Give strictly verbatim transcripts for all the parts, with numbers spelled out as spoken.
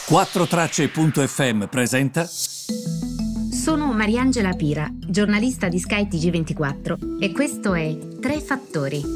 quattro tracce punto effe emme presenta. Sono Mariangela Pira, giornalista di Sky T G ventiquattro e questo è Tre Fattori.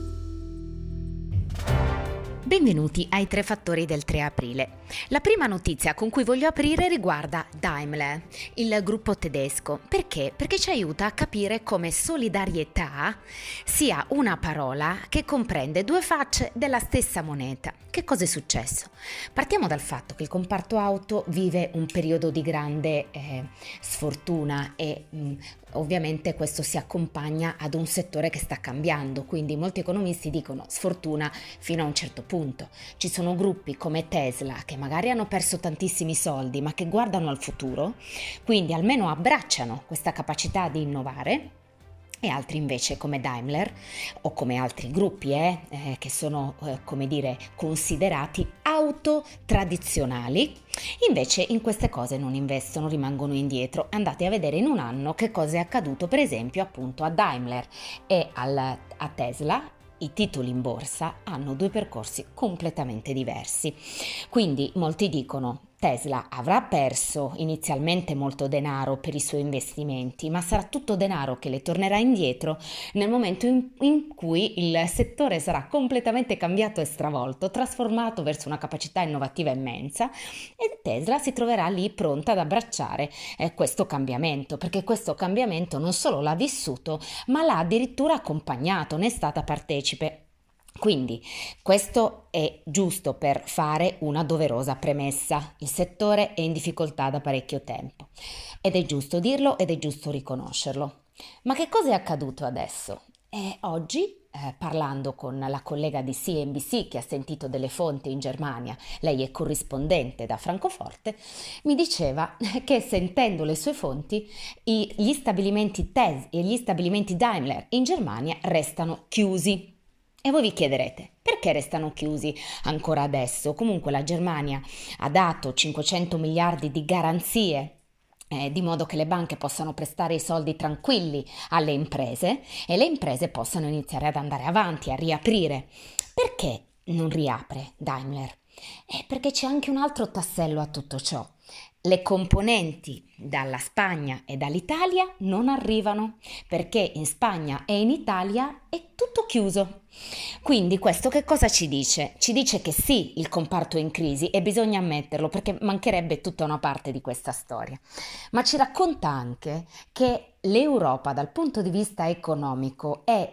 Benvenuti ai Tre Fattori del tre aprile. La prima notizia con cui voglio aprire riguarda Daimler, il gruppo tedesco. Perché? Perché ci aiuta a capire come solidarietà sia una parola che comprende due facce della stessa moneta. Che cosa è successo? Partiamo dal fatto che il comparto auto vive un periodo di grande eh, sfortuna e mh, ovviamente questo si accompagna ad un settore che sta cambiando, quindi molti economisti dicono sfortuna fino a un certo punto. Ci sono gruppi come Tesla che magari hanno perso tantissimi soldi ma che guardano al futuro, quindi almeno abbracciano questa capacità di innovare, e altri invece come Daimler o come altri gruppi eh, eh, che sono eh, come dire considerati auto tradizionali, invece in queste cose non investono, rimangono indietro. Andate a vedere in un anno che cosa è accaduto per esempio appunto a Daimler e al, a Tesla. I titoli in borsa hanno due percorsi completamente diversi, quindi molti dicono Tesla avrà perso inizialmente molto denaro per i suoi investimenti, ma sarà tutto denaro che le tornerà indietro nel momento in, in cui il settore sarà completamente cambiato e stravolto, trasformato verso una capacità innovativa immensa, e Tesla si troverà lì pronta ad abbracciare eh, questo cambiamento, perché questo cambiamento non solo l'ha vissuto, ma l'ha addirittura accompagnato, ne è stata partecipe. Quindi questo è giusto per fare una doverosa premessa. Il settore è in difficoltà da parecchio tempo ed è giusto dirlo ed è giusto riconoscerlo. Ma che cosa è accaduto adesso? E oggi, eh, parlando con la collega di C N B C che ha sentito delle fonti in Germania, lei è corrispondente da Francoforte, mi diceva che sentendo le sue fonti i, gli stabilimenti Tesla e gli stabilimenti Daimler in Germania restano chiusi. E voi vi chiederete, perché restano chiusi ancora adesso? Comunque la Germania ha dato cinquecento miliardi di garanzie, eh, di modo che le banche possano prestare i soldi tranquilli alle imprese e le imprese possano iniziare ad andare avanti, a riaprire. Perché non riapre Daimler? Eh, perché c'è anche un altro tassello a tutto ciò. Le componenti dalla Spagna e dall'Italia non arrivano perché in Spagna e in Italia è tutto chiuso. Quindi questo che cosa ci dice? Ci dice che sì, il comparto è in crisi e bisogna ammetterlo perché mancherebbe tutta una parte di questa storia, ma ci racconta anche che l'Europa dal punto di vista economico è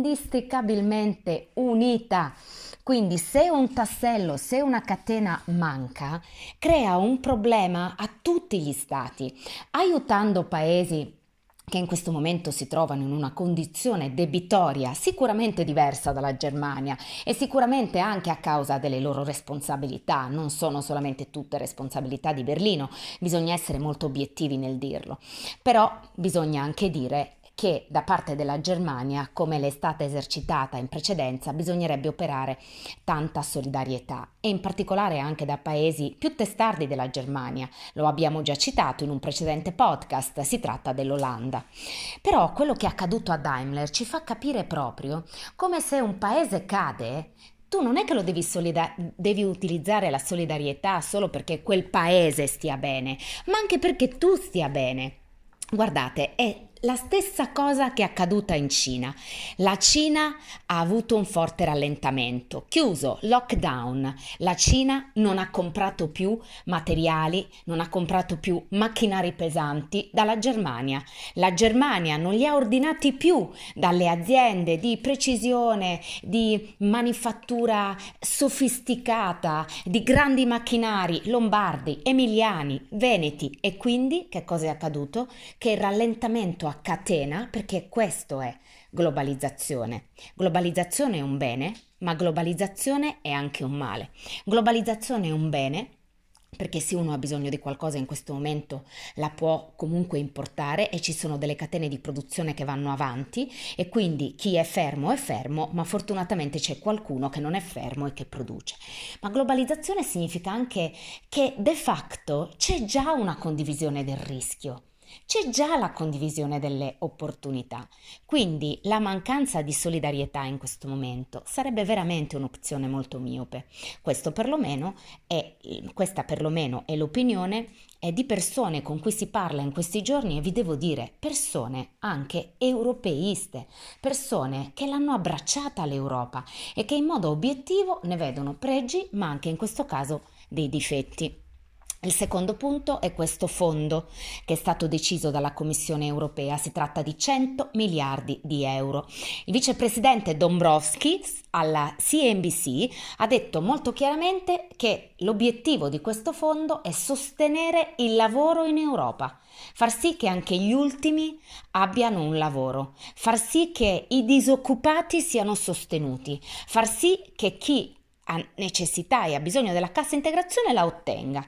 indistricabilmente unita. Quindi se un tassello, se una catena manca, crea un problema a tutti gli stati, aiutando paesi che in questo momento si trovano in una condizione debitoria sicuramente diversa dalla Germania e sicuramente anche a causa delle loro responsabilità, non sono solamente tutte responsabilità di Berlino, bisogna essere molto obiettivi nel dirlo, però bisogna anche dire che da parte della Germania, come le è stata esercitata in precedenza, bisognerebbe operare tanta solidarietà e in particolare anche da paesi più testardi della Germania. Lo abbiamo già citato in un precedente podcast, si tratta dell'Olanda. Però quello che è accaduto a Daimler ci fa capire proprio come se un paese cade, tu non è che lo devi, solida- devi utilizzare la solidarietà solo perché quel paese stia bene, ma anche perché tu stia bene. Guardate, è la stessa cosa che è accaduta in Cina. La Cina ha avuto un forte rallentamento, chiuso, lockdown. La Cina non ha comprato più materiali, non ha comprato più macchinari pesanti dalla Germania. La Germania non li ha ordinati più dalle aziende di precisione, di manifattura sofisticata, di grandi macchinari lombardi, emiliani, veneti. E quindi che cosa è accaduto? Che il rallentamento a catena, perché questo è globalizzazione. Globalizzazione è un bene, ma globalizzazione è anche un male. Globalizzazione è un bene perché se uno ha bisogno di qualcosa in questo momento la può comunque importare e ci sono delle catene di produzione che vanno avanti e quindi chi è fermo è fermo, ma fortunatamente c'è qualcuno che non è fermo e che produce. Ma globalizzazione significa anche che de facto c'è già una condivisione del rischio. c'è già la condivisione delle opportunità, quindi la mancanza di solidarietà in questo momento sarebbe veramente un'opzione molto miope. Questo perlomeno è, questa perlomeno è l'opinione è di persone con cui si parla in questi giorni, e vi devo dire persone anche europeiste, persone che l'hanno abbracciata l'Europa e che in modo obiettivo ne vedono pregi ma anche in questo caso dei difetti. Il secondo punto è questo fondo che è stato deciso dalla Commissione europea, si tratta di cento miliardi di euro. Il vicepresidente Dombrovskis alla C N B C ha detto molto chiaramente che l'obiettivo di questo fondo è sostenere il lavoro in Europa, far sì che anche gli ultimi abbiano un lavoro, far sì che i disoccupati siano sostenuti, far sì che chi ha necessità e ha bisogno della cassa integrazione la ottenga.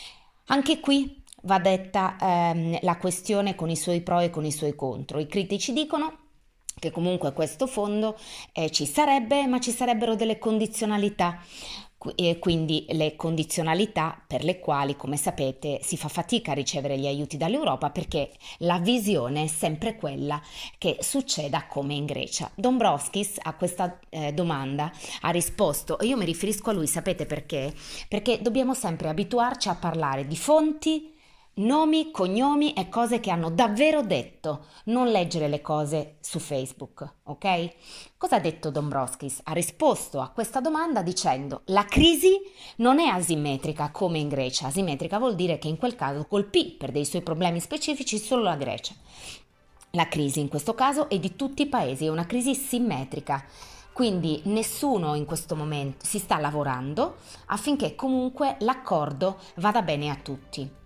Anche qui va detta ehm, la questione con i suoi pro e con i suoi contro. I critici dicono che comunque questo fondo eh, ci sarebbe, ma ci sarebbero delle condizionalità. E quindi le condizionalità per le quali, come sapete, si fa fatica a ricevere gli aiuti dall'Europa, perché la visione è sempre quella che succeda come in Grecia. Dombrovskis a questa eh, domanda ha risposto, e io mi riferisco a lui, sapete perché? Perché dobbiamo sempre abituarci a parlare di fonti, nomi, cognomi e cose che hanno davvero detto, non leggere le cose su Facebook, ok? Cosa ha detto Dombrovskis? Ha risposto a questa domanda dicendo: la crisi non è asimmetrica come in Grecia. Asimmetrica vuol dire che in quel caso colpì per dei suoi problemi specifici solo la Grecia. La crisi in questo caso è di tutti i paesi, è una crisi simmetrica. Quindi nessuno in questo momento si sta lavorando affinché comunque l'accordo vada bene a tutti.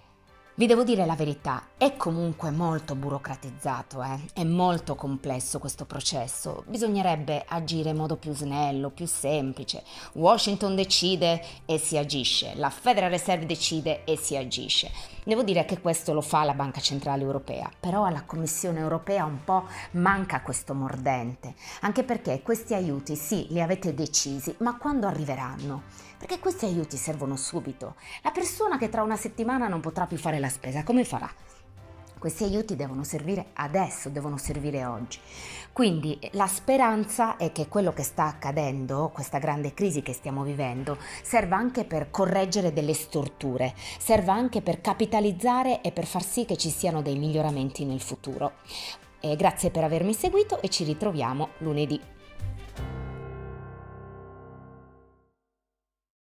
Vi devo dire la verità, è comunque molto burocratizzato, eh? È molto complesso questo processo, bisognerebbe agire in modo più snello, più semplice. Washington decide e si agisce, la Federal Reserve decide e si agisce. Devo dire che questo lo fa la Banca Centrale Europea, però alla Commissione Europea un po' manca questo mordente, anche perché questi aiuti sì, li avete decisi, ma quando arriveranno? Perché questi aiuti servono subito. La persona che tra una settimana non potrà più fare la spesa, come farà? Questi aiuti devono servire adesso, devono servire oggi. Quindi la speranza è che quello che sta accadendo, questa grande crisi che stiamo vivendo, serva anche per correggere delle storture, serva anche per capitalizzare e per far sì che ci siano dei miglioramenti nel futuro. E grazie per avermi seguito e ci ritroviamo lunedì.